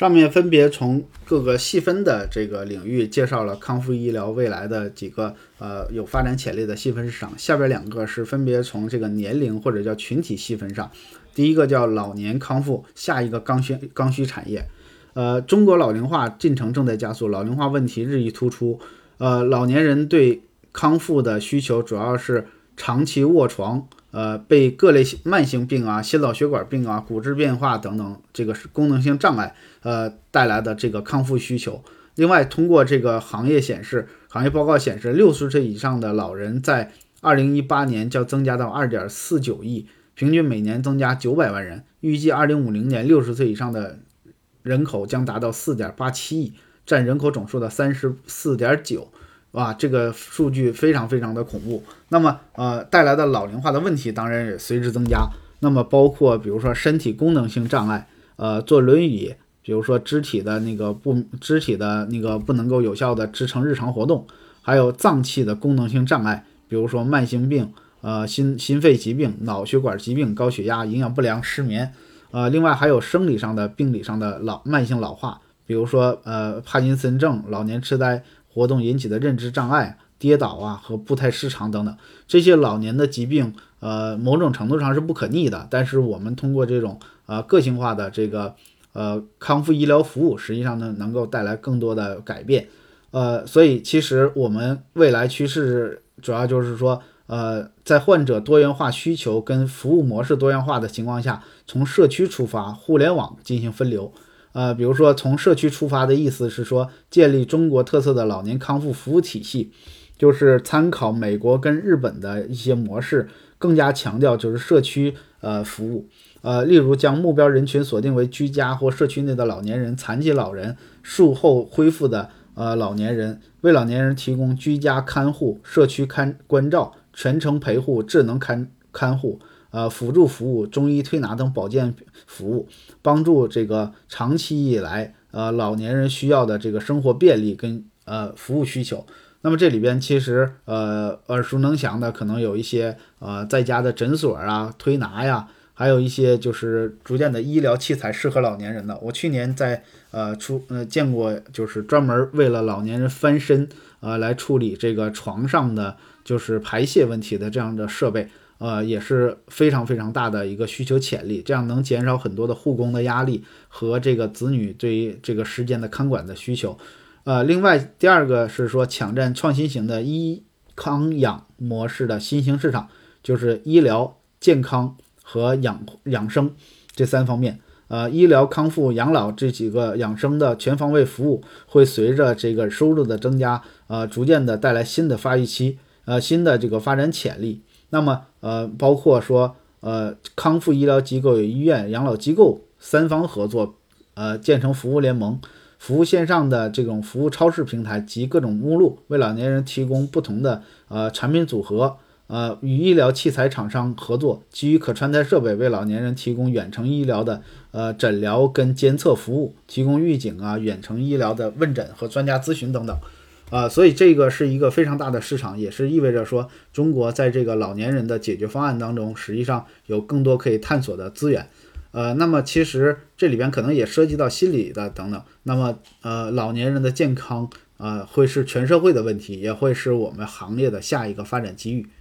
上面分别从各个细分的这个领域介绍了康复医疗未来的几个有发展潜力的细分市场，下边两个是分别从这个年龄或者叫群体细分上。第一个叫老年康复，下一个刚需产业。中国老龄化进程正在加速，老龄化问题日益突出。老年人对康复的需求主要是长期卧床，被各类慢性病啊、心脑血管病啊、骨质变化等等这个功能性障碍带来的这个康复需求。另外，通过这个行业报告显示，60岁以上的老人在2018年将增加到2.49亿，平均每年增加900万人。预计2050年60岁以上的人口将达到4.87亿，占人口总数的34.9%。哇，这个数据非常非常的恐怖。那么带来的老龄化的问题当然也随之增加。那么包括比如说身体功能性障碍，坐轮椅，比如说肢体的那个不能够有效的支撑日常活动，还有脏器的功能性障碍，比如说慢性病，心肺疾病、脑血管疾病、高血压、营养不良、失眠。另外还有生理上的、病理上的慢性老化，比如说帕金森症、老年痴呆、活动引起的认知障碍、跌倒和步态失常等等。这些老年的疾病某种程度上是不可逆的，但是我们通过这种个性化的这个康复医疗服务，实际上呢能够带来更多的改变。所以其实我们未来趋势主要就是说在患者多元化需求跟服务模式多元化的情况下，从社区出发，互联网进行分流。比如说从社区出发的意思是说，建立中国特色的老年康复服务体系，就是参考美国跟日本的一些模式，更加强调就是社区服务。例如将目标人群锁定为居家或社区内的老年人、残疾老人、术后恢复的老年人，为老年人提供居家看护、社区关照、全程陪护、智能看护、辅助服务、中医推拿等保健服务，帮助这个长期以来老年人需要的这个生活便利跟服务需求。那么这里边其实耳熟能详的可能有一些在家的诊所推拿呀，还有一些就是逐渐的医疗器材适合老年人的。我去年在见过就是专门为了老年人翻身来处理这个床上的就是排泄问题的这样的设备，也是非常非常大的一个需求潜力，这样能减少很多的护工的压力和这个子女对于这个时间的看管的需求。另外第二个是说抢占创新型的医康养模式的新兴市场，就是医疗、健康和养生这三方面。医疗、康复、养老这几个养生的全方位服务会随着这个收入的增加逐渐的带来新的发育期，新的这个发展潜力。那么包括说康复医疗机构与医院、养老机构三方合作，建成服务联盟，服务线上的这种服务超市平台及各种目录，为老年人提供不同的产品组合。与医疗器材厂商合作，基于可穿戴设备为老年人提供远程医疗的诊疗跟监测服务，提供预警远程医疗的问诊和专家咨询等等。所以这个是一个非常大的市场，也是意味着说中国在这个老年人的解决方案当中，实际上有更多可以探索的资源。那么其实这里边可能也涉及到心理的等等。那么老年人的健康会是全社会的问题，也会是我们行业的下一个发展机遇。